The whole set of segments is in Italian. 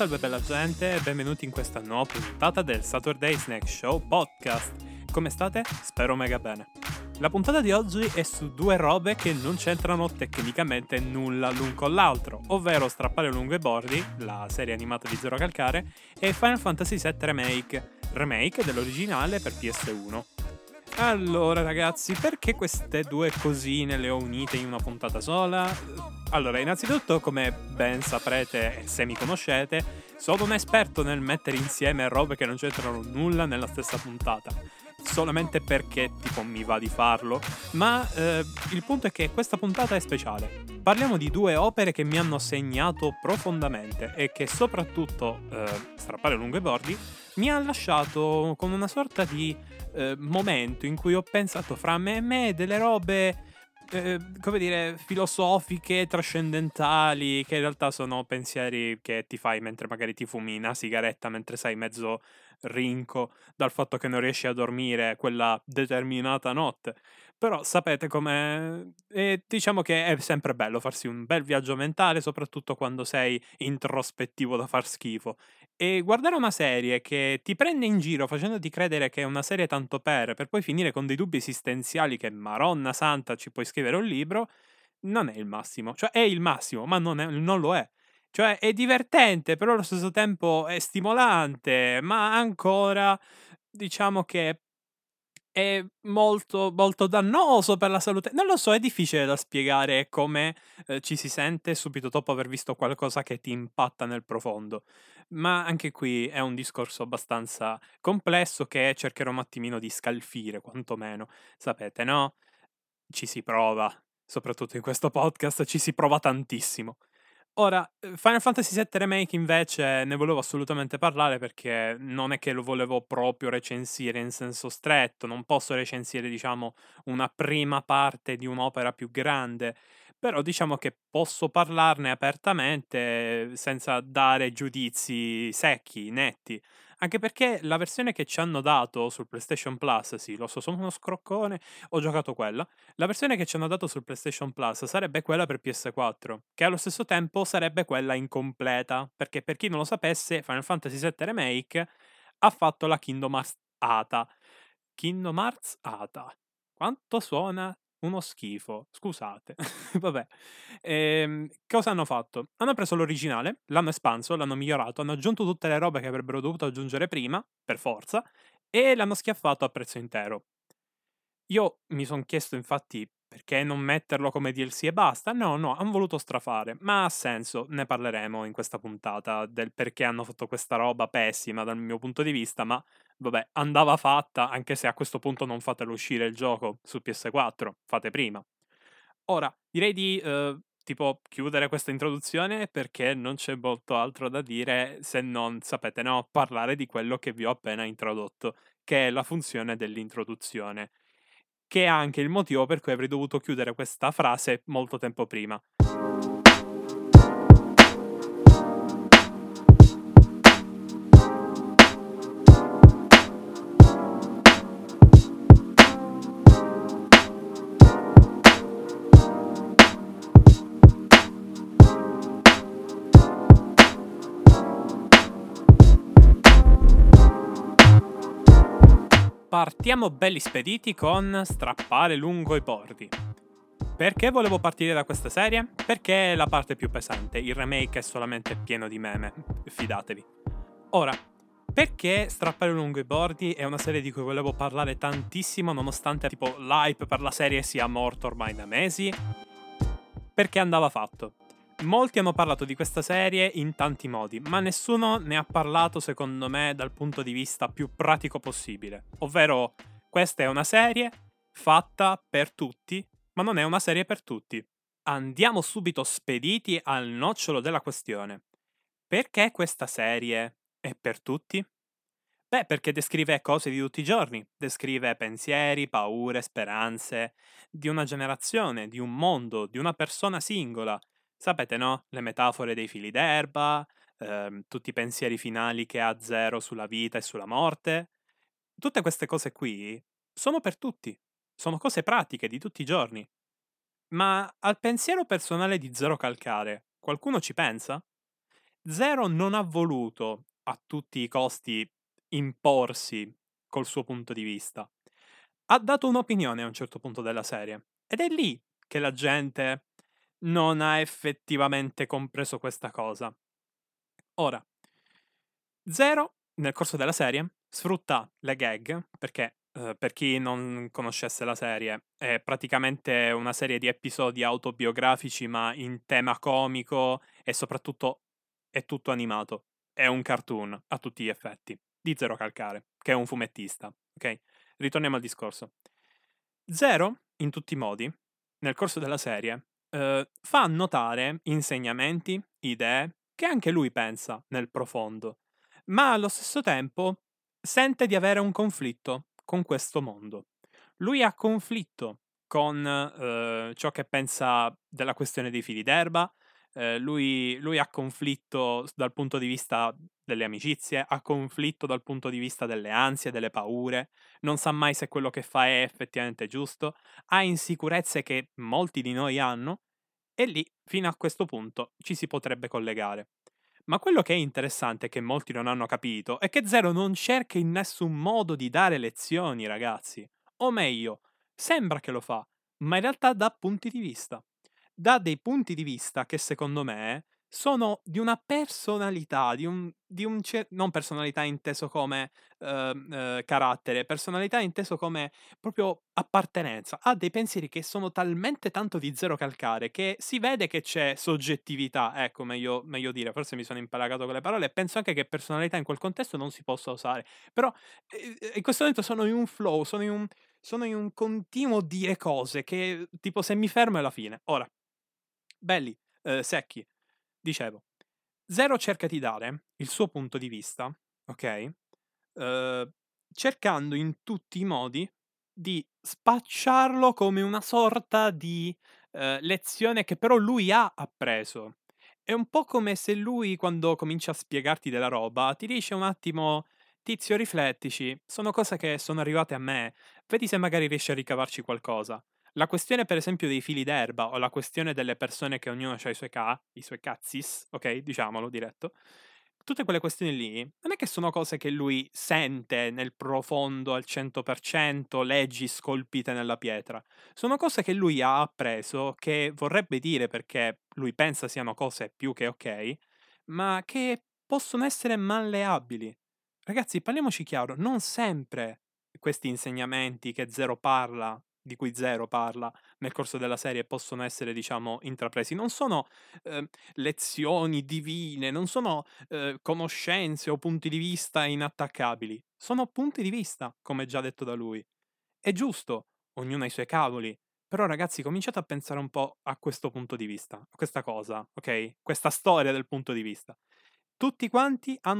salve bella gente e benvenuti in questa nuova puntata del Saturday Snack Show Podcast. Come state? Spero mega bene. La puntata di oggi è su due robe che non c'entrano tecnicamente nulla l'un con l'altro, ovvero Strappare lungo i bordi, la serie animata di Zero Calcare, e Final Fantasy VII remake dell'originale per PS1. Allora ragazzi, perché queste due cosine le ho unite in una puntata sola? Allora, innanzitutto, come ben saprete e se mi conoscete, sono un esperto nel mettere insieme robe che non c'entrano nulla nella stessa puntata, solamente perché tipo mi va di farlo, ma il punto è che questa puntata è speciale. Parliamo di due opere che mi hanno segnato profondamente e che soprattutto Strappare lungo i bordi mi ha lasciato con una sorta di momento in cui ho pensato fra me e me delle robe, come dire, filosofiche, trascendentali, che in realtà sono pensieri che ti fai mentre magari ti fumi una sigaretta, mentre sei mezzo rinco dal fatto che non riesci a dormire quella determinata notte. Però sapete com'è? E diciamo che è sempre bello farsi un bel viaggio mentale, soprattutto quando sei introspettivo da far schifo. E guardare una serie che ti prende in giro facendoti credere che è una serie tanto per poi finire con dei dubbi esistenziali che, Maronna santa, ci puoi scrivere un libro, non è il massimo. Cioè, è il massimo, ma non lo è. Cioè, è divertente, però allo stesso tempo è stimolante, ma ancora, diciamo che è molto, molto dannoso per la salute. Non lo so, è difficile da spiegare come ci si sente subito dopo aver visto qualcosa che ti impatta nel profondo. Ma anche qui è un discorso abbastanza complesso che cercherò un attimino di scalfire, quantomeno. Sapete, no? Ci si prova, soprattutto in questo podcast, ci si prova tantissimo. Ora, Final Fantasy VII Remake invece ne volevo assolutamente parlare perché non è che lo volevo proprio recensire in senso stretto, non posso recensire, diciamo, una prima parte di un'opera più grande, però diciamo che posso parlarne apertamente senza dare giudizi secchi, netti. Anche perché la versione che ci hanno dato sul PlayStation Plus, sì, lo so, sono uno scroccone, ho giocato quella. La versione che ci hanno dato sul PlayStation Plus sarebbe quella per PS4, che allo stesso tempo sarebbe quella incompleta, perché per chi non lo sapesse, Final Fantasy VII Remake ha fatto la Kingdom Hearts ATA. Kingdom Hearts ATA. Quanto suona uno schifo, scusate. Vabbè. Cosa hanno fatto? Hanno preso l'originale, l'hanno espanso, l'hanno migliorato, hanno aggiunto tutte le robe che avrebbero dovuto aggiungere prima, per forza, e l'hanno schiaffato a prezzo intero. Io mi son chiesto infatti perché non metterlo come DLC e basta? No, no, han voluto strafare, ma ha senso, ne parleremo in questa puntata del perché hanno fatto questa roba pessima dal mio punto di vista, ma vabbè, andava fatta, anche se a questo punto non fatelo uscire il gioco su PS4, fate prima. Ora, direi di tipo chiudere questa introduzione perché non c'è molto altro da dire se non, sapete, no, parlare di quello che vi ho appena introdotto, che è la funzione dell'introduzione, che è anche il motivo per cui avrei dovuto chiudere questa frase molto tempo prima. Partiamo belli spediti con Strappare lungo i bordi. Perché volevo partire da questa serie? Perché è la parte più pesante, il remake è solamente pieno di meme, fidatevi. Ora, perché Strappare lungo i bordi è una serie di cui volevo parlare tantissimo nonostante tipo l'hype per la serie sia morto ormai da mesi? Perché andava fatto. Molti hanno parlato di questa serie in tanti modi, ma nessuno ne ha parlato secondo me dal punto di vista più pratico possibile. Ovvero, questa è una serie fatta per tutti, ma non è una serie per tutti. Andiamo subito spediti al nocciolo della questione. Perché questa serie è per tutti? Beh, perché descrive cose di tutti i giorni, descrive pensieri, paure, speranze di una generazione, di un mondo, di una persona singola. Sapete, no? Le metafore dei fili d'erba, tutti i pensieri finali che ha Zero sulla vita e sulla morte. Tutte queste cose qui sono per tutti, sono cose pratiche di tutti i giorni. Ma al pensiero personale di Zero Calcare, qualcuno ci pensa? Zero non ha voluto a tutti i costi imporsi col suo punto di vista. Ha dato un'opinione a un certo punto della serie ed è lì che la gente non ha effettivamente compreso questa cosa. Ora, Zero, nel corso della serie, sfrutta le gag, perché per chi non conoscesse la serie, è praticamente una serie di episodi autobiografici, ma in tema comico e soprattutto è tutto animato. È un cartoon a tutti gli effetti, di Zero Calcare, che è un fumettista, ok? Ritorniamo al discorso. Zero, in tutti i modi, nel corso della serie, fa notare insegnamenti, idee, che anche lui pensa nel profondo, ma allo stesso tempo sente di avere un conflitto con questo mondo. Lui ha conflitto con ciò che pensa della questione dei fili d'erba, lui ha conflitto dal punto di vista delle amicizie, ha conflitto dal punto di vista delle ansie, delle paure, non sa mai se quello che fa è effettivamente giusto, ha insicurezze che molti di noi hanno e lì, fino a questo punto, ci si potrebbe collegare. Ma quello che è interessante, che molti non hanno capito, è che Zero non cerca in nessun modo di dare lezioni, ragazzi. O meglio, sembra che lo fa, ma in realtà dà punti di vista. Dà dei punti di vista che secondo me sono di una personalità, non personalità inteso come carattere, personalità inteso come proprio appartenenza. Ha dei pensieri che sono talmente tanto di Zero Calcare che si vede che c'è soggettività, ecco, meglio dire, forse mi sono impalagato con le parole e penso anche che personalità in quel contesto non si possa usare. Però in questo momento sono in un flow, sono in un continuo dire cose che tipo se mi fermo è la fine. Ora, belli, secchi, dicevo, Zero cerca di dare il suo punto di vista, ok? Uhm, cercando in tutti i modi di spacciarlo come una sorta di, lezione che però lui ha appreso. È un po' come se lui quando comincia a spiegarti della roba, ti dice un attimo: "Tizio riflettici, sono cose che sono arrivate a me, vedi se magari riesci a ricavarci qualcosa". La questione per esempio dei fili d'erba o la questione delle persone che ognuno c'ha i suoi cazzis, okay, diciamolo diretto, tutte quelle questioni lì non è che sono cose che lui sente nel profondo al 100%, leggi scolpite nella pietra. Sono cose che lui ha appreso, che vorrebbe dire perché lui pensa siano cose più che okay, ma che possono essere malleabili. Ragazzi, parliamoci chiaro, non sempre questi insegnamenti che Zero parla di cui Zero parla nel corso della serie possono essere, diciamo, intrapresi. Non sono, lezioni divine, non sono, conoscenze o punti di vista inattaccabili. Sono punti di vista, come già detto da lui. È giusto, ognuno ha i suoi cavoli, però ragazzi cominciate a pensare un po' a questo punto di vista, a questa cosa, okay, questa storia del punto di vista. Tutti quanti hanno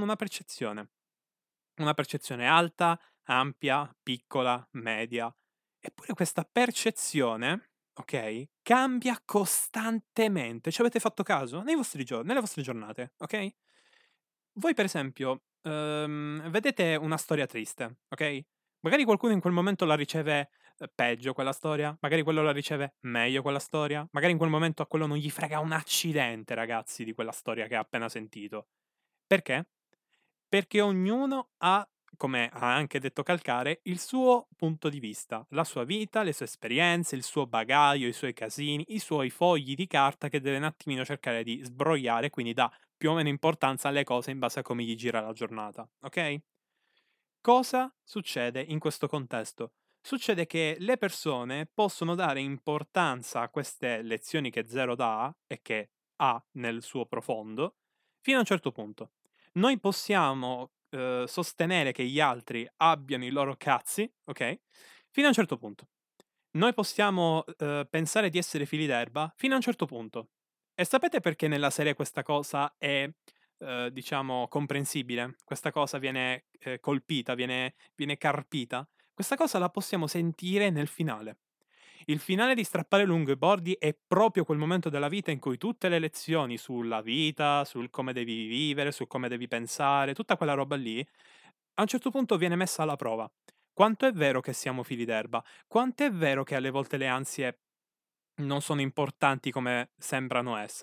una percezione alta, ampia, piccola, media, eppure questa percezione, okay, cambia costantemente. Ci avete fatto caso? Nelle vostre giornate, okay? Voi per esempio, vedete una storia triste, okay, magari qualcuno in quel momento la riceve, peggio quella storia, magari quello la riceve meglio quella storia, magari in quel momento a quello non gli frega un accidente, ragazzi, di quella storia che ha appena sentito. Perché? Perché ognuno ha, come ha anche detto Calcare, il suo punto di vista, la sua vita, le sue esperienze, il suo bagaglio, i suoi casini, i suoi fogli di carta che deve un attimino cercare di sbrogliare, quindi dà più o meno importanza alle cose in base a come gli gira la giornata, ok? Cosa succede in questo contesto? Succede che le persone possono dare importanza a queste lezioni che Zero dà e che ha nel suo profondo fino a un certo punto. Noi possiamo sostenere che gli altri abbiano i loro cazzi, ok? Fino a un certo punto. Noi possiamo pensare di essere fili d'erba fino a un certo punto. E sapete perché nella serie questa cosa è diciamo comprensibile? Questa cosa viene, colpita, viene carpita? Questa cosa la possiamo sentire nel finale. Il finale di Strappare lungo i bordi è proprio quel momento della vita in cui tutte le lezioni sulla vita, sul come devi vivere, su come devi pensare, tutta quella roba lì, a un certo punto viene messa alla prova. Quanto è vero che siamo fili d'erba? Quanto è vero che alle volte le ansie non sono importanti come sembrano essere?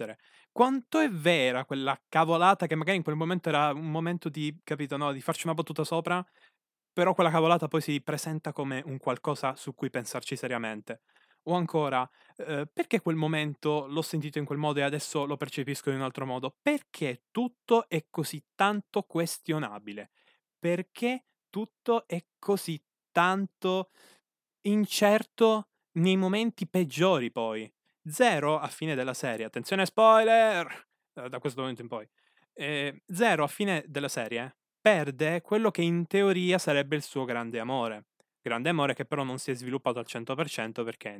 quanto è vera quella cavolata che magari in quel momento era un momento di capito, no, di farci una battuta sopra, però quella cavolata poi si presenta come un qualcosa su cui pensarci seriamente. O ancora, perché quel momento l'ho sentito in quel modo e adesso lo percepisco in un altro modo? Perché tutto è così tanto questionabile? Perché tutto è così tanto incerto nei momenti peggiori poi. Zero a fine della serie, attenzione spoiler, da questo momento in poi. Zero a fine della serie perde quello che in teoria sarebbe il suo grande amore che però non si è sviluppato al 100% perché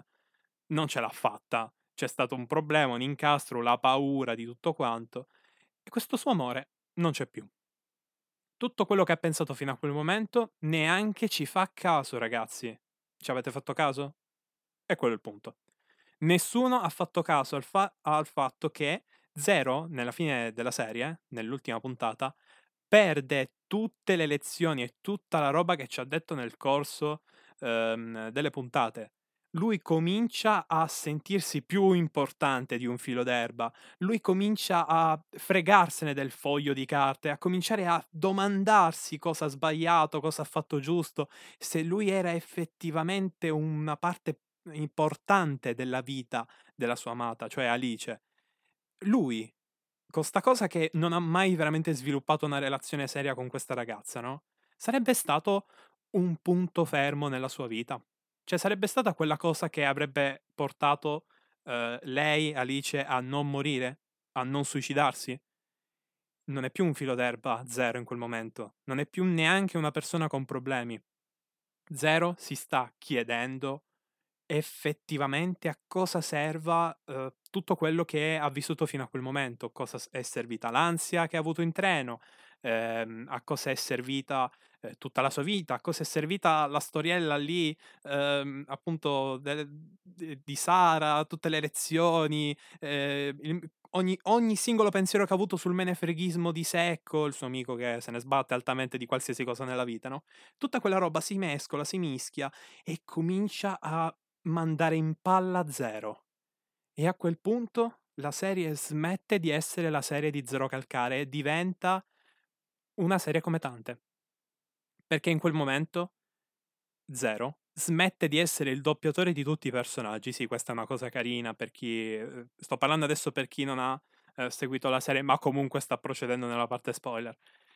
non ce l'ha fatta. C'è stato un problema, un incastro, la paura di tutto quanto e questo suo amore non c'è più. Tutto quello che ha pensato fino a quel momento neanche ci fa caso, ragazzi. Ci avete fatto caso? E quello è il punto. Nessuno ha fatto caso al fatto che Zero, nella fine della serie, nell'ultima puntata, perde tutte le lezioni e tutta la roba che ci ha detto nel corso delle puntate. Lui comincia a sentirsi più importante di un filo d'erba. Lui comincia a fregarsene del foglio di carte, a cominciare a domandarsi cosa ha sbagliato, cosa ha fatto giusto, se lui era effettivamente una parte importante della vita della sua amata, cioè Alice. Lui, con 'sta cosa che non ha mai veramente sviluppato una relazione seria con questa ragazza, no, sarebbe stato un punto fermo nella sua vita. Cioè sarebbe stata quella cosa che avrebbe portato, lei, Alice, a non morire, a non suicidarsi. Non è più un filo d'erba Zero in quel momento, non è più neanche una persona con problemi. Zero si sta chiedendo effettivamente a cosa serva, tutto quello che ha vissuto fino a quel momento, cosa è servita l'ansia che ha avuto in treno, a cosa è servita, tutta la sua vita, a cosa è servita la storiella lì, appunto di Sara, tutte le lezioni, ogni singolo pensiero che ha avuto sul menefreghismo di Secco, il suo amico che se ne sbatte altamente di qualsiasi cosa nella vita, no, tutta quella roba si mescola, si mischia e comincia a mandare in palla Zero. E a quel punto la serie smette di essere la serie di Zero Calcare e diventa una serie come tante. Perché in quel momento Zero smette di essere il doppiatore di tutti i personaggi. Sì, questa è una cosa carina per chi sto parlando adesso per chi non ha, seguito la serie, ma comunque sta procedendo nella parte spoiler.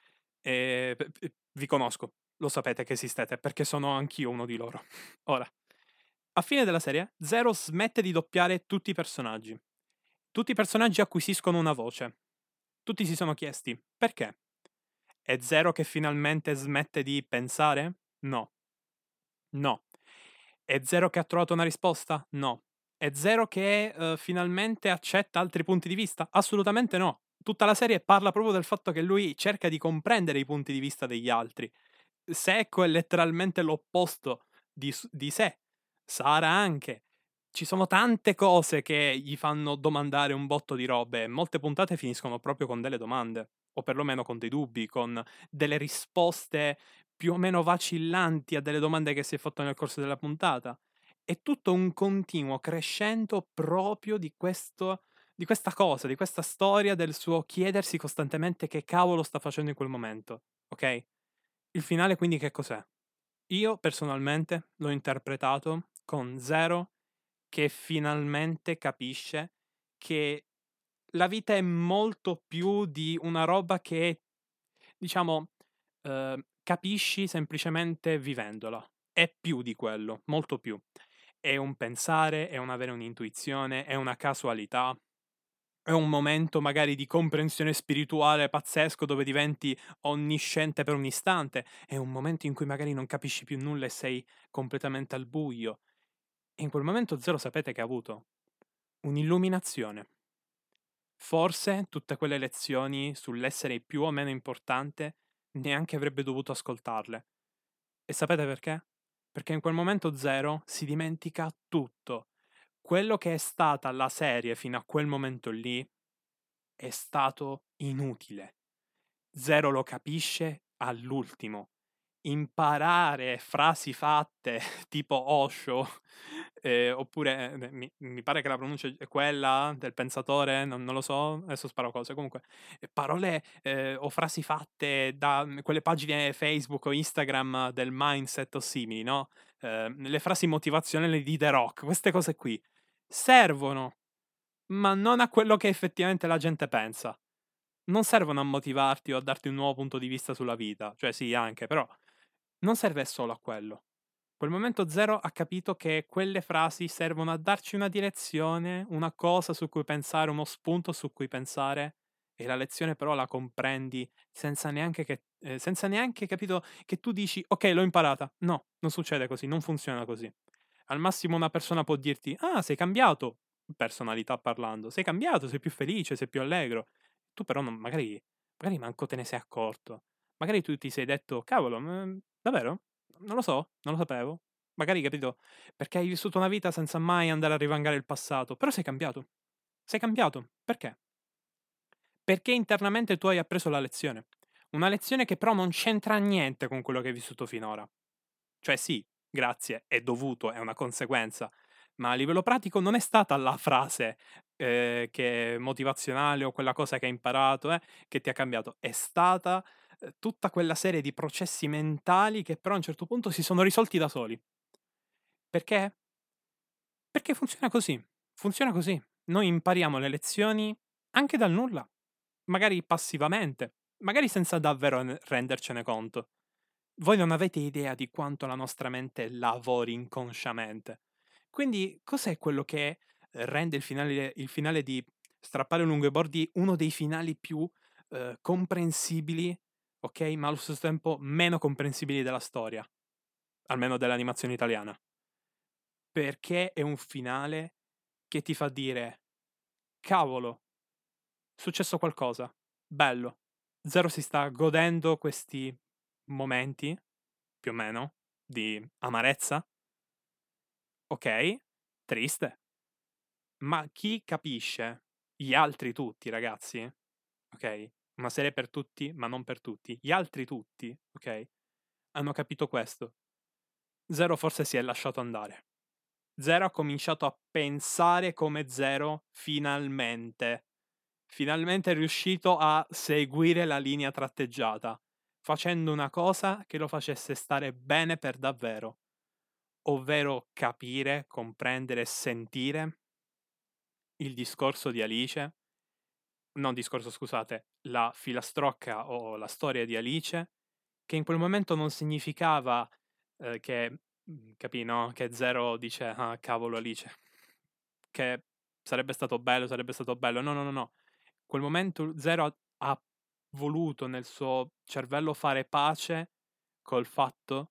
Vi conosco, lo sapete che esistete, perché sono anch'io uno di loro. Ora, a fine della serie, Zero smette di doppiare tutti i personaggi. Tutti i personaggi acquisiscono una voce. Tutti si sono chiesti: perché? È Zero che finalmente smette di pensare? No. No. È Zero che ha trovato una risposta? No. È Zero che, finalmente accetta altri punti di vista? Assolutamente no. Tutta la serie parla proprio del fatto che lui cerca di comprendere i punti di vista degli altri. Secco è letteralmente l'opposto di sé. Sara anche. Ci sono tante cose che gli fanno domandare un botto di robe e molte puntate finiscono proprio con delle domande, o perlomeno con dei dubbi, con delle risposte più o meno vacillanti a delle domande che si è fatto nel corso della puntata. È tutto un continuo crescendo proprio di questa cosa, di questa storia del suo chiedersi costantemente che cavolo sta facendo in quel momento, ok? Il finale quindi che cos'è? Io personalmente l'ho interpretato con Zero che finalmente capisce che la vita è molto più di una roba che, diciamo, capisci semplicemente vivendola. È più di quello, molto più. È un pensare, è un avere un'intuizione, è una casualità, è un momento magari di comprensione spirituale pazzesco dove diventi onnisciente per un istante, è un momento in cui magari non capisci più nulla e sei completamente al buio. E in quel momento Zero sapete che ha avuto un'illuminazione. Forse tutte quelle lezioni sull'essere più o meno importante neanche avrebbe dovuto ascoltarle. E sapete perché? Perché in quel momento Zero si dimentica tutto. Quello che è stata la serie fino a quel momento lì è stato inutile. Zero lo capisce all'ultimo. Imparare frasi fatte tipo Osho oppure mi pare che la pronuncia è quella del pensatore, non lo so, adesso sparo cose. Comunque, parole o frasi fatte da quelle pagine Facebook o Instagram del mindset o simili, no? Le frasi motivazionali di The Rock, queste cose qui servono, ma non a quello che effettivamente la gente pensa. Non servono a motivarti o a darti un nuovo punto di vista sulla vita, cioè sì, anche, però non serve solo a quello. Quel momento zero ha capito che quelle frasi servono a darci una direzione, una cosa su cui pensare, uno spunto su cui pensare, e la lezione però la comprendi senza neanche capito che tu dici ok, l'ho imparata. No, non succede così, non funziona così. Al massimo una persona può dirti ah, sei cambiato, personalità parlando, sei cambiato, sei più felice, sei più allegro. Tu però magari manco te ne sei accorto. Magari tu ti sei detto cavolo, davvero? Non lo so, non lo sapevo. Magari, capito, perché hai vissuto una vita senza mai andare a rivangare il passato, però sei cambiato. Sei cambiato. Perché? Perché internamente tu hai appreso la lezione. Una lezione che però non c'entra niente con quello che hai vissuto finora. Cioè sì, grazie, è dovuto, è una conseguenza, ma a livello pratico non è stata la frase che motivazionale o quella cosa che hai imparato che ti ha cambiato, è stata tutta quella serie di processi mentali che però a un certo punto si sono risolti da soli. Perché? Perché funziona così. Funziona così. Noi impariamo le lezioni anche dal nulla, magari passivamente, magari senza davvero rendercene conto. Voi non avete idea di quanto la nostra mente lavori inconsciamente. Quindi, cos'è quello che rende il finale di Strappare lungo i bordi uno dei finali più comprensibili, ok? Ma allo stesso tempo meno comprensibili della storia, almeno dell'animazione italiana. Perché è un finale che ti fa dire, cavolo, è successo qualcosa, bello. Zero si sta godendo questi momenti, più o meno, di amarezza. Ok, triste. Ma chi capisce, gli altri tutti, ragazzi, ok? Una serie per tutti, ma non per tutti. Gli altri tutti, ok? Hanno capito questo. Zero forse si è lasciato andare. Zero ha cominciato a pensare come Zero finalmente. Finalmente è riuscito a seguire la linea tratteggiata, facendo una cosa che lo facesse stare bene per davvero, ovvero capire, comprendere e sentire il discorso di Alice, non discorso scusate, la filastrocca o la storia di Alice, che in quel momento non significava che, capì, no? Che Zero dice, ah cavolo Alice, che sarebbe stato bello, no, no, no, no. Quel momento Zero ha voluto nel suo cervello fare pace col fatto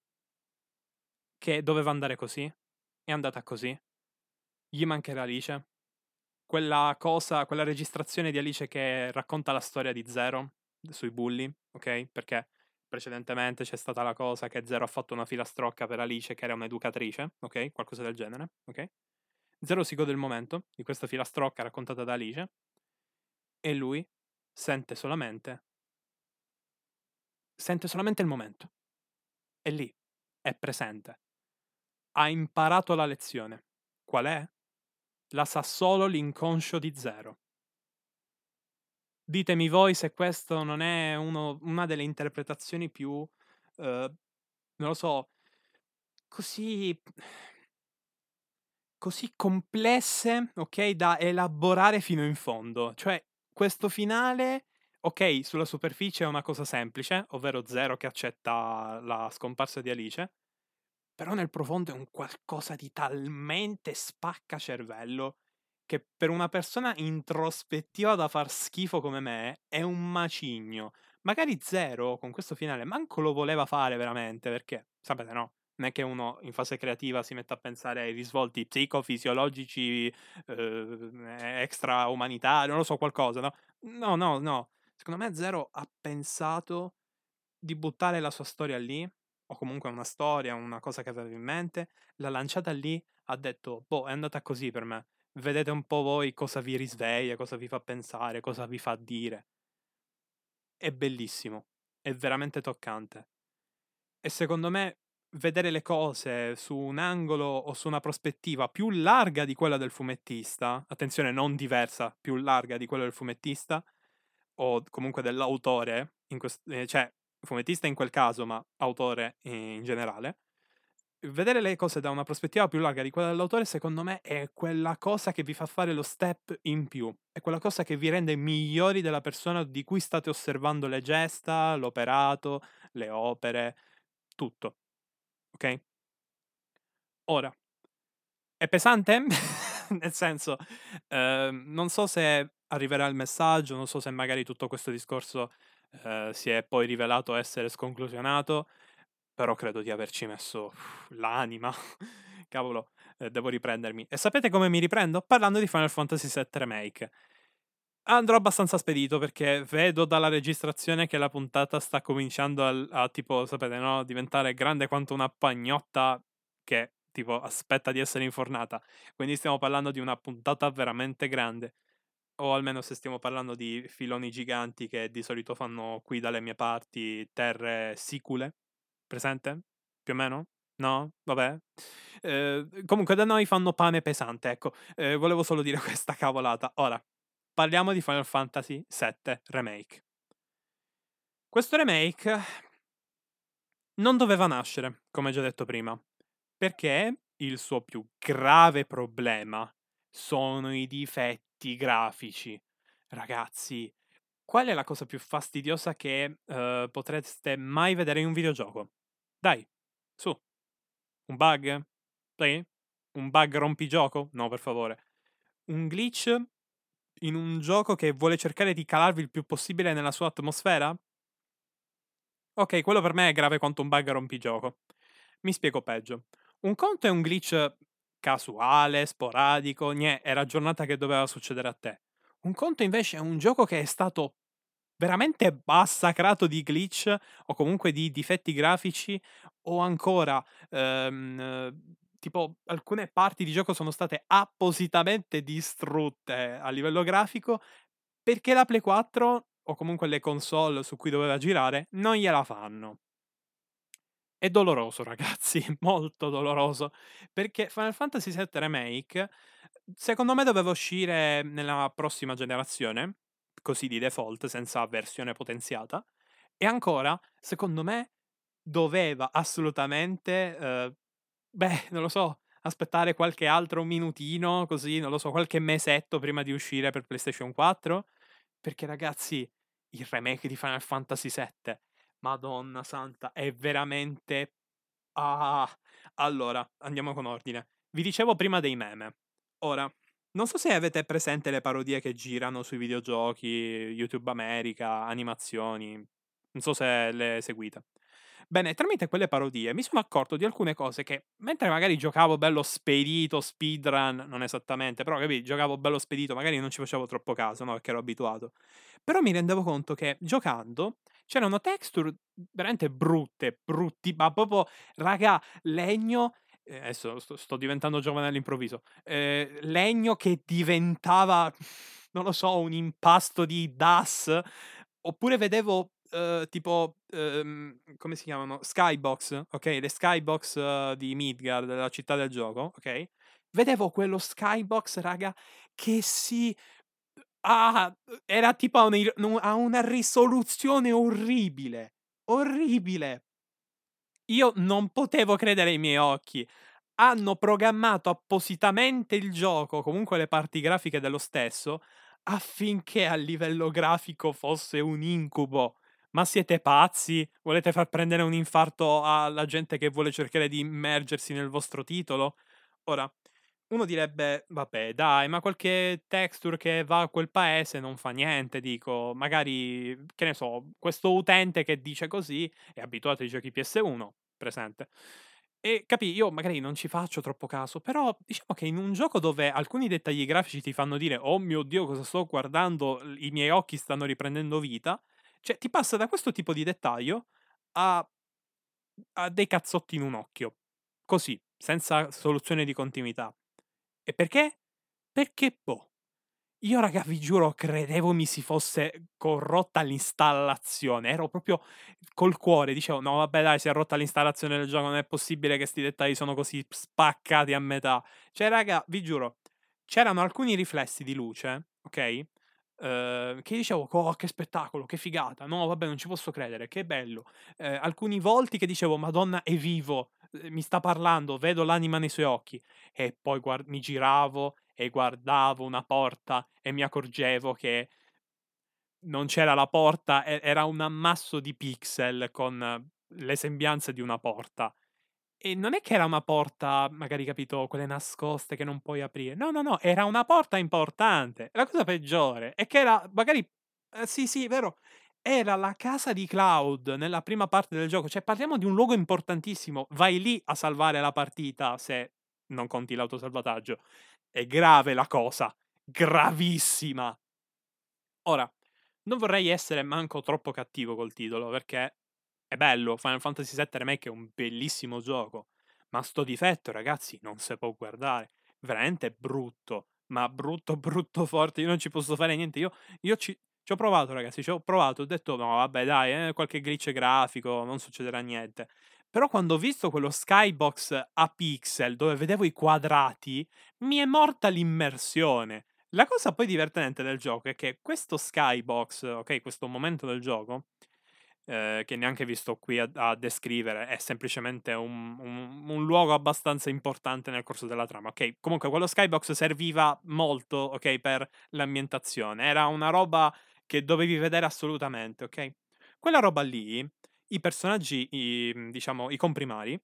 che doveva andare così, è andata così, gli mancherà Alice, quella cosa, quella registrazione di Alice che racconta la storia di Zero sui bulli, ok? Perché precedentemente c'è stata la cosa che Zero ha fatto una filastrocca per Alice che era un'educatrice, ok? Qualcosa del genere, ok? Zero si gode il momento di questa filastrocca raccontata da Alice e lui sente solamente il momento. È lì, è presente. Ha imparato la lezione. Qual è? La sa solo l'inconscio di Zero. Ditemi voi se questo non è una delle interpretazioni più, non lo so, così, così complesse, ok, da elaborare fino in fondo. Cioè, questo finale, ok, sulla superficie è una cosa semplice, ovvero Zero che accetta la scomparsa di Alice, però nel profondo è un qualcosa di talmente spaccacervello che per una persona introspettiva da far schifo come me è un macigno. Magari Zero con questo finale manco lo voleva fare veramente, perché sapete no? Non è che uno in fase creativa si metta a pensare ai risvolti psicofisiologici, extraumanitari, non lo so, qualcosa, no? No, no, no. Secondo me Zero ha pensato di buttare la sua storia lì, o comunque una storia, una cosa che aveva in mente, l'ha lanciata lì, ha detto, boh, è andata così per me. Vedete un po' voi cosa vi risveglia, cosa vi fa pensare, cosa vi fa dire. È bellissimo, è veramente toccante. E secondo me vedere le cose su un angolo o su una prospettiva più larga di quella del fumettista, attenzione, non diversa, più larga di quella del fumettista, o comunque dell'autore, cioè fumettista in quel caso, ma autore in generale. Vedere le cose da una prospettiva più larga di quella dell'autore, secondo me, è quella cosa che vi fa fare lo step in più. È quella cosa che vi rende migliori della persona di cui state osservando le gesta, l'operato, le opere, tutto. Ok? Ora, è pesante? Nel senso, non so se arriverà il messaggio, non so se magari tutto questo discorso si è poi rivelato essere sconclusionato, però credo di averci messo l'anima. Cavolo, devo riprendermi. E sapete come mi riprendo? Parlando di Final Fantasy VII Remake. Andrò abbastanza spedito perché vedo dalla registrazione che la puntata sta cominciando a tipo, sapete, no? Diventare grande quanto una pagnotta che tipo aspetta di essere infornata. Quindi stiamo parlando di una puntata veramente grande. O almeno se stiamo parlando di filoni giganti che di solito fanno qui dalle mie parti terre sicule. Presente? Più o meno? No? Vabbè. Comunque da noi fanno pane pesante, ecco. Volevo solo dire questa cavolata. Ora, parliamo di Final Fantasy VII Remake. Questo remake non doveva nascere, come già detto prima, perché il suo più grave problema sono i difetti grafici. Ragazzi, qual è la cosa più fastidiosa che potreste mai vedere in un videogioco? Dai, su, un bug? Sì? Un bug rompigioco? No, per favore. Un glitch in un gioco che vuole cercare di calarvi il più possibile nella sua atmosfera? Ok, quello per me è grave quanto un bug rompigioco. Mi spiego peggio. Un conto è un glitch casuale, sporadico, era giornata che doveva succedere a te. Un conto invece è un gioco che è stato veramente massacrato di glitch o comunque di difetti grafici o ancora tipo alcune parti di gioco sono state appositamente distrutte a livello grafico perché la Play 4 o comunque le console su cui doveva girare non gliela fanno. È doloroso ragazzi, molto doloroso, perché Final Fantasy VII Remake, secondo me doveva uscire nella prossima generazione, così di default, senza versione potenziata, e ancora, secondo me, doveva assolutamente, beh, non lo so, aspettare qualche altro minutino, così, non lo so, qualche mesetto prima di uscire per PlayStation 4, perché ragazzi, il remake di Final Fantasy VII, Madonna santa, è veramente ah, allora, andiamo con ordine. Vi dicevo prima dei meme. Ora, non so se avete presente le parodie che girano sui videogiochi, YouTube America, animazioni. Non so se le seguite. Bene, tramite quelle parodie mi sono accorto di alcune cose che, mentre magari giocavo bello spedito, speedrun, non esattamente, però capì, giocavo bello spedito, magari non ci facevo troppo caso, no, perché ero abituato. Però mi rendevo conto che giocando c'erano texture veramente brutte, brutti, ma proprio, raga, legno. Adesso sto diventando giovane all'improvviso. Legno che diventava, non lo so, un impasto di DAS. Oppure vedevo tipo, come si chiamano? Skybox, ok? Le skybox di Midgard, della città del gioco, ok? Vedevo quello skybox, raga, che si era tipo a una risoluzione orribile, orribile. Io non potevo credere ai miei occhi. Hanno programmato appositamente il gioco, comunque le parti grafiche dello stesso, affinché a livello grafico fosse un incubo. Ma siete pazzi? Volete far prendere un infarto alla gente che vuole cercare di immergersi nel vostro titolo? Ora, uno direbbe, vabbè, dai, ma qualche texture che va a quel paese non fa niente, dico, magari, che ne so, questo utente che dice così è abituato ai giochi PS1, presente. E capì, io magari non ci faccio troppo caso, però diciamo che in un gioco dove alcuni dettagli grafici ti fanno dire, oh mio Dio, cosa sto guardando, i miei occhi stanno riprendendo vita, cioè ti passa da questo tipo di dettaglio a, a dei cazzotti in un occhio, così, senza soluzione di continuità. E perché? Perché, boh. Io raga, vi giuro, credevo mi si fosse corrotta l'installazione. Ero proprio col cuore, dicevo: "No vabbè dai, si è rotta l'installazione del gioco, non è possibile che 'sti dettagli sono così spaccati a metà." Cioè raga, vi giuro, c'erano alcuni riflessi di luce, okay, che dicevo: "Oh, che spettacolo, che figata. No vabbè, non ci posso credere, che bello." Alcuni volti che dicevo: "Madonna, è vivo, mi sta parlando, vedo l'anima nei suoi occhi." E poi mi giravo e guardavo una porta e mi accorgevo che non c'era la porta, era un ammasso di pixel con le sembianze di una porta. E non è che era una porta, magari capito, quelle nascoste che non puoi aprire. No, no, no, era una porta importante. La cosa peggiore è che era magari sì, sì, vero, era la casa di Cloud nella prima parte del gioco. Cioè, parliamo di un luogo importantissimo. Vai lì a salvare la partita se non conti l'autosalvataggio. È grave la cosa, gravissima. Ora, non vorrei essere manco troppo cattivo col titolo, perché è bello, Final Fantasy VII Remake è un bellissimo gioco, ma sto difetto, ragazzi, non se può guardare. Veramente brutto, ma brutto, brutto forte. Io non ci posso fare niente. Io ci ho provato, ragazzi, ci ho provato. Ho detto, no, vabbè, dai, qualche glitch grafico, non succederà niente. Però quando ho visto quello skybox a pixel dove vedevo i quadrati, mi è morta l'immersione. La cosa poi divertente del gioco è che questo skybox, okay, questo momento del gioco, che neanche vi sto qui a descrivere, è semplicemente un luogo abbastanza importante nel corso della trama, okay? Comunque quello skybox serviva molto, okay, per l'ambientazione. Era una roba che dovevi vedere assolutamente, okay? Quella roba lì, i personaggi, diciamo i comprimari,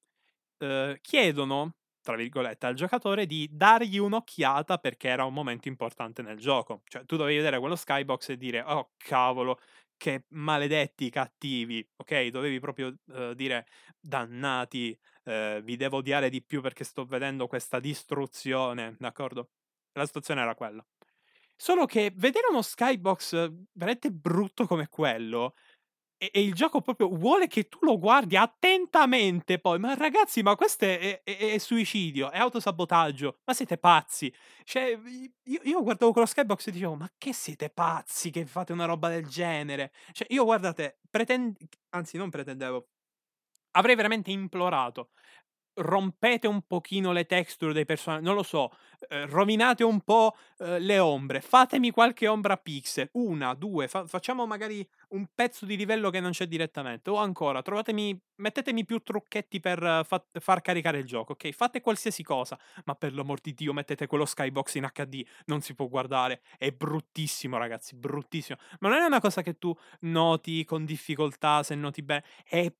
chiedono, tra virgolette, al giocatore di dargli un'occhiata perché era un momento importante nel gioco. Cioè, tu dovevi vedere quello skybox e dire: "Oh cavolo, che maledetti cattivi", okay, dovevi proprio, dire: "Dannati, vi devo odiare di più perché sto vedendo questa distruzione", d'accordo? La situazione era quella. Solo che vedere uno skybox veramente brutto come quello e il gioco proprio vuole che tu lo guardi attentamente poi. Ma ragazzi, ma questo è suicidio, è autosabotaggio, ma siete pazzi? Cioè, io guardavo quello skybox e dicevo: "Ma che siete pazzi che fate una roba del genere?" Cioè, io guardate, anzi non pretendevo, avrei veramente implorato: rompete un pochino le texture dei non lo so, rovinate un po', le ombre, fatemi qualche ombra pixel, 1, 2, facciamo magari un pezzo di livello che non c'è direttamente, o ancora mettetemi più trucchetti per far caricare il gioco, okay, fate qualsiasi cosa, ma per l'amor di Dio mettete quello skybox in HD, non si può guardare, è bruttissimo ragazzi, bruttissimo. Ma non è una cosa che tu noti con difficoltà, se noti è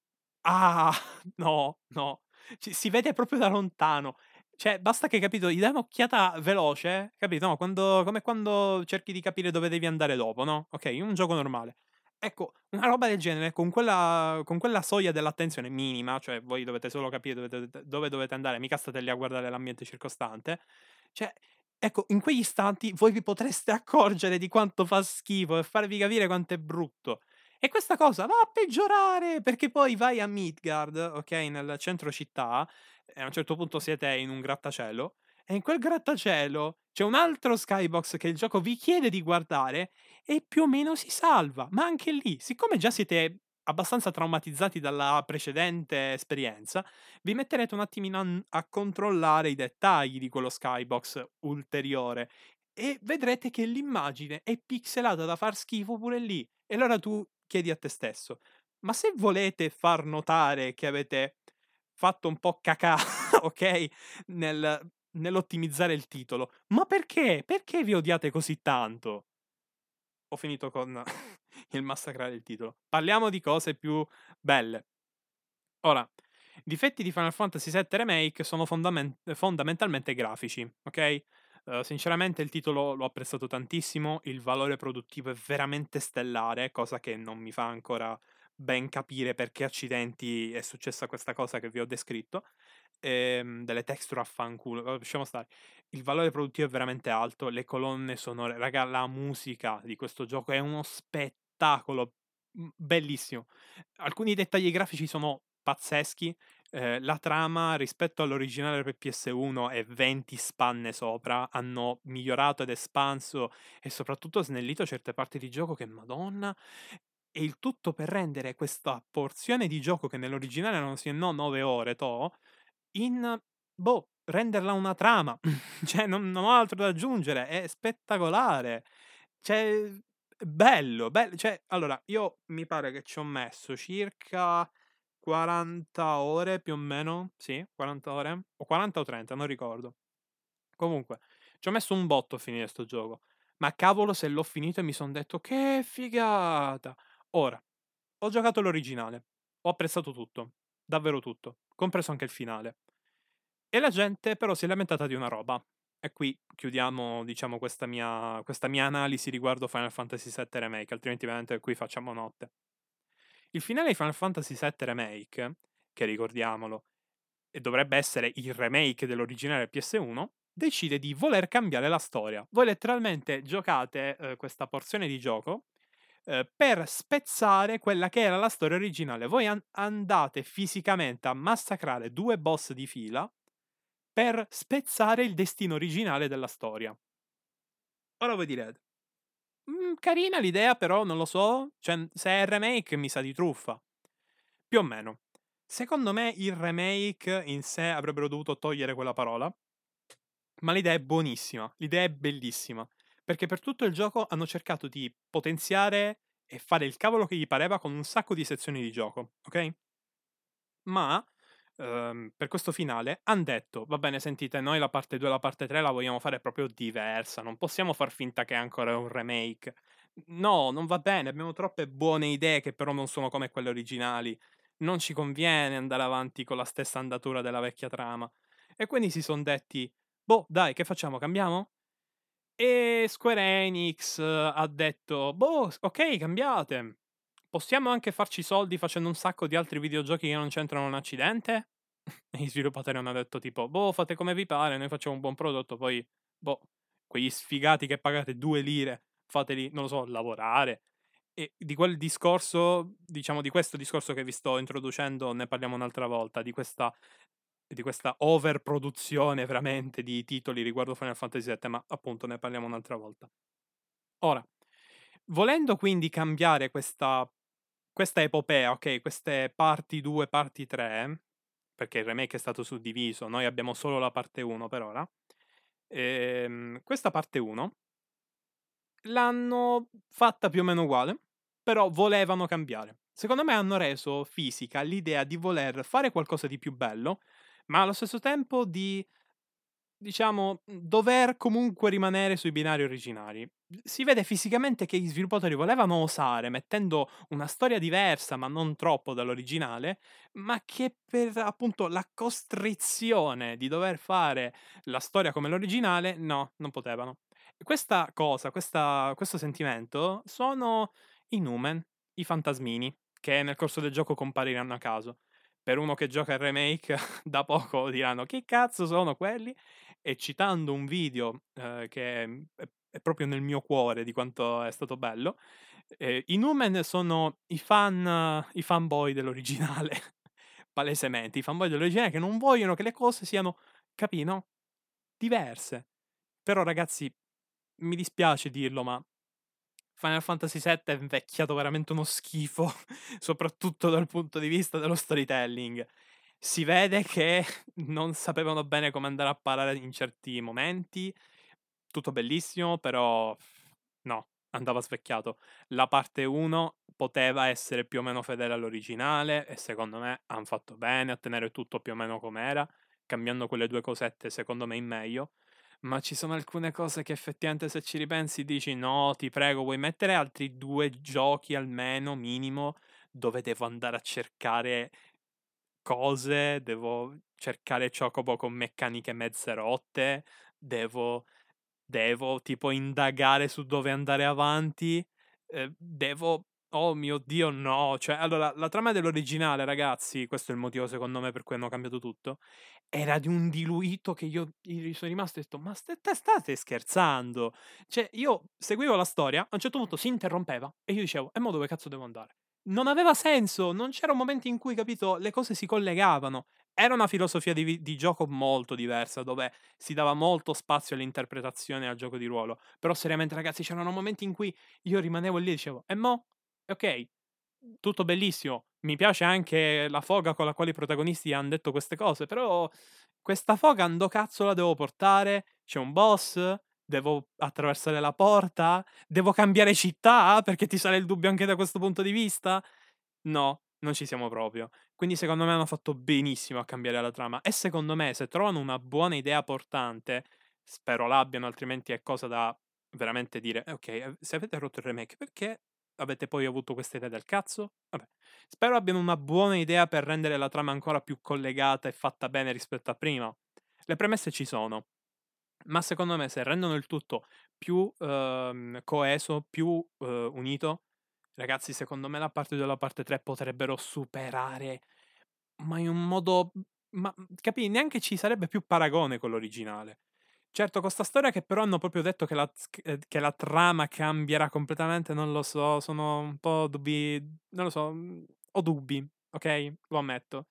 ah, no, no. Si vede proprio da lontano. Cioè, basta che, capito, gli dai un'occhiata veloce, capito, no, come quando cerchi di capire dove devi andare dopo, no, okay, in un gioco normale. Ecco, una roba del genere con quella soglia dell'attenzione minima, cioè voi dovete solo capire dove dovete andare, mica state lì a guardare l'ambiente circostante. Cioè, ecco, in quegli istanti voi vi potreste accorgere di quanto fa schifo e farvi capire quanto è brutto. E questa cosa va a peggiorare, perché poi vai a Midgard, okay, nel centro città, e a un certo punto siete in un grattacielo, e in quel grattacielo c'è un altro skybox che il gioco vi chiede di guardare e più o meno si salva. Ma anche lì, siccome già siete abbastanza traumatizzati dalla precedente esperienza, vi metterete un attimino a controllare i dettagli di quello skybox ulteriore e vedrete che l'immagine è pixelata da far schifo pure lì. E allora tu chiedi a te stesso: "Ma se volete far notare che avete fatto un po' cacà, okay, nell'ottimizzare il titolo, ma perché? Perché vi odiate così tanto?" Ho finito con il massacrare il titolo. Parliamo di cose più belle. Ora, difetti di Final Fantasy VII Remake sono fondamentalmente grafici, okay, sinceramente il titolo l'ho apprezzato tantissimo, il valore produttivo è veramente stellare, cosa che non mi fa ancora ben capire perché accidenti è successa questa cosa che vi ho descritto. Delle texture a fanculo, lasciamo stare. Il valore produttivo è veramente alto, le colonne sonore, raga, la musica di questo gioco è uno spettacolo, bellissimo. Alcuni dettagli grafici sono pazzeschi, La trama rispetto all'originale per PS1 è 20 spanne sopra, hanno migliorato ed espanso e soprattutto snellito certe parti di gioco che madonna, e il tutto per rendere questa porzione di gioco che nell'originale erano sì e no 9 ore in renderla una trama. Cioè non ho altro da aggiungere, è spettacolare. Cioè, cioè allora io mi pare che ci ho messo circa 40 ore più o meno, sì, 40 ore, o 40 o 30, non ricordo. Comunque, ci ho messo un botto a finire 'sto gioco, ma cavolo se l'ho finito e mi son detto: "Che figata!" Ora, ho giocato l'originale, ho apprezzato tutto, davvero tutto, compreso anche il finale. E la gente però si è lamentata di una roba. E qui chiudiamo, diciamo, questa mia analisi riguardo Final Fantasy VII Remake, altrimenti veramente qui facciamo notte. Il finale di Final Fantasy VII Remake, che ricordiamolo, e dovrebbe essere il remake dell'originale PS1, decide di voler cambiare la storia. Voi letteralmente giocate questa porzione di gioco per spezzare quella che era la storia originale. Voi andate fisicamente a massacrare due boss di fila per spezzare il destino originale della storia. Ora voi direte: carina l'idea, però non lo so, cioè se è remake mi sa di truffa." Più o meno. Secondo me il remake in sé avrebbero dovuto togliere quella parola, ma l'idea è buonissima, l'idea è bellissima, perché per tutto il gioco hanno cercato di potenziare e fare il cavolo che gli pareva con un sacco di sezioni di gioco, ok? Ma, per questo finale han detto: "Va bene, sentite, noi la parte 2 e la parte 3 la vogliamo fare proprio diversa, non possiamo far finta che è ancora un remake. No, non va bene, abbiamo troppe buone idee che però non sono come quelle originali. Non ci conviene andare avanti con la stessa andatura della vecchia trama." E quindi si son detti: "Boh, dai, che facciamo, cambiamo?" E Square Enix ha detto: "Boh, s okay, cambiate. Possiamo anche farci soldi facendo un sacco di altri videogiochi che non c'entrano un accidente?" E gli sviluppatori hanno detto tipo: "Boh, fate come vi pare, noi facciamo un buon prodotto, poi, boh, quegli sfigati che pagate 2 lire, fateli, non lo so, lavorare." E di quel discorso, diciamo di questo discorso che vi sto introducendo, ne parliamo un'altra volta, di questa overproduzione veramente di titoli riguardo Final Fantasy VII, ma appunto ne parliamo un'altra volta. Ora, volendo quindi cambiare questa epopea, okay, queste parti 2, parti 3, perché il remake è stato suddiviso, noi abbiamo solo la parte 1 per ora, questa parte 1 l'hanno fatta più o meno uguale, però volevano cambiare. Secondo me hanno reso fisica l'idea di voler fare qualcosa di più bello, ma allo stesso tempo di, diciamo, dover comunque rimanere sui binari originari. Si vede fisicamente che gli sviluppatori volevano osare, mettendo una storia diversa, ma non troppo dall'originale, ma che per appunto la costrizione di dover fare la storia come l'originale, no, non potevano. Questa cosa, questo sentimento sono i Numen, i fantasmini, che nel corso del gioco compariranno a caso. Per uno che gioca il remake da poco diranno: "Chi cazzo sono quelli?" E citando un video, che, è proprio nel mio cuore di quanto è stato bello, i Numen sono i fanboy dell'originale, palesemente, i fanboy dell'originale che non vogliono che le cose siano, capì, no, diverse. Però ragazzi, mi dispiace dirlo, ma Final Fantasy VII è invecchiato veramente uno schifo, soprattutto dal punto di vista dello storytelling. Si vede che non sapevano bene come andare a parare in certi momenti. Tutto bellissimo, però no, andava svecchiato. La parte 1 poteva essere più o meno fedele all'originale e secondo me han fatto bene a tenere tutto più o meno com'era, cambiando quelle 2 cosette secondo me in meglio. Ma ci sono alcune cose che effettivamente se ci ripensi dici: "No, ti prego, vuoi mettere altri 2 giochi almeno, minimo, dove devo andare a cercare cose, devo cercare Chocobo con meccaniche mezze rotte, devo devo tipo indagare su dove andare avanti, devo oh mio Dio no!" Cioè allora la trama dell'originale ragazzi, questo è il motivo secondo me per cui hanno cambiato tutto, era di un diluito che io sono rimasto e ho detto: "Ma state scherzando?" Cioè io seguivo la storia, a un certo punto si interrompeva e io dicevo: "E mo dove cazzo devo andare?" Non aveva senso, non c'era un momento in cui, capito, le cose si collegavano. era una filosofia di gioco molto diversa, dove si dava molto spazio all'interpretazione e al gioco di ruolo. Però seriamente, ragazzi, c'erano momenti in cui io rimanevo lì e dicevo, e mo? Ok, tutto bellissimo. Mi piace anche la foga con la quale i protagonisti hanno detto queste cose, però questa foga ando cazzo la devo portare? C'è un boss? Devo attraversare la porta? Devo cambiare città? Perché ti sale il dubbio anche da questo punto di vista? No, non ci siamo proprio. Quindi secondo me hanno fatto benissimo a cambiare la trama. E secondo me, se trovano una buona idea portante, spero l'abbiano, altrimenti è cosa da veramente dire, ok, se avete rotto il remake, perché avete poi avuto questa idea del cazzo? Vabbè. Spero abbiano una buona idea per rendere la trama ancora più collegata e fatta bene rispetto a prima. Le premesse ci sono, ma secondo me se rendono il tutto più coeso, più unito, ragazzi, secondo me la parte 2 e la parte 3 potrebbero superare, ma in un modo... Ma capì, neanche ci sarebbe più paragone con l'originale. Certo, con sta storia che però hanno proprio detto che la trama cambierà completamente, non lo so, sono un po' dubbi, non lo so, ho dubbi, ok? Lo ammetto.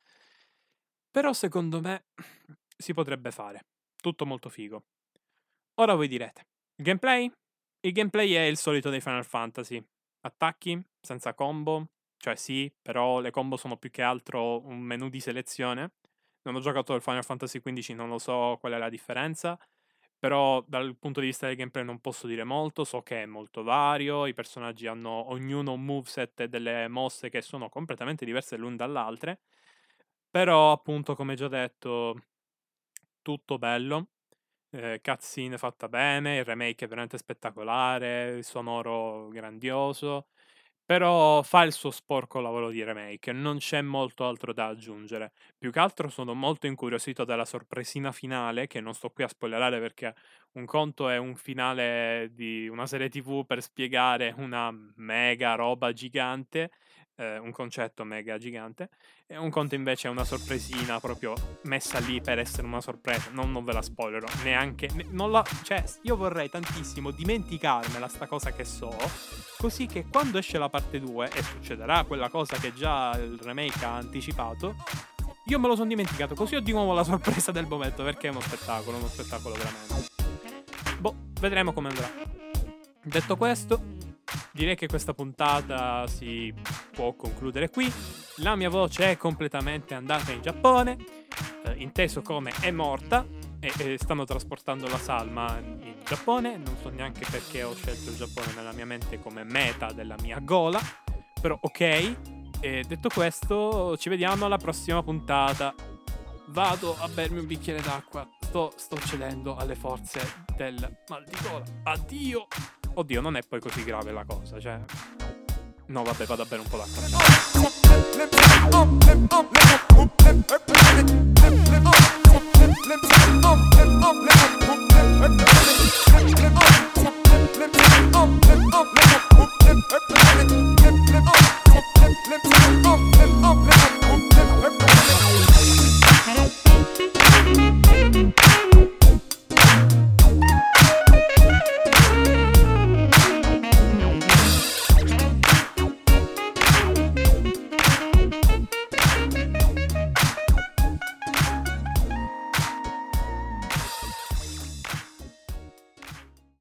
Però secondo me si potrebbe fare. Tutto molto figo. Ora voi direte, il gameplay? Il gameplay è il solito dei Final Fantasy. Attacchi, senza combo, cioè sì, però le combo sono più che altro un menu di selezione. Non ho giocato il Final Fantasy XV, non lo so qual è la differenza, però dal punto di vista del gameplay non posso dire molto, so che è molto vario, i personaggi hanno ognuno un moveset e delle mosse che sono completamente diverse l'un dall'altre, però appunto come già detto, tutto bello. Cutscene fatta bene, il remake è veramente spettacolare, il sonoro grandioso, però fa il suo sporco lavoro di remake, non c'è molto altro da aggiungere. Più che altro sono molto incuriosito dalla sorpresina finale, che non sto qui a spoilerare perché un conto è un finale di una serie TV per spiegare una mega roba gigante, un concetto mega gigante, e un conto invece è una sorpresina proprio messa lì per essere una sorpresa. Non ve la spoilerò neanche. Non la, cioè, io vorrei tantissimo dimenticarmela sta cosa che so, così che quando esce la parte 2 e succederà quella cosa che già il remake ha anticipato, io me lo sono dimenticato, così ho di nuovo la sorpresa del momento, perché è uno spettacolo veramente. Boh, vedremo come andrà. Detto questo, direi che questa puntata si può concludere qui. La mia voce è completamente andata in Giappone, inteso come è morta, e stanno trasportando la salma in Giappone. Non so neanche perché ho scelto il Giappone nella mia mente come meta della mia gola, però ok. E detto questo, ci vediamo alla prossima puntata. Vado a bermi un bicchiere d'acqua. Sto cedendo alle forze del mal di gola. Addio! Oddio, non è poi così grave la cosa, cioè... No, vabbè, vado a bere un po' d'acqua.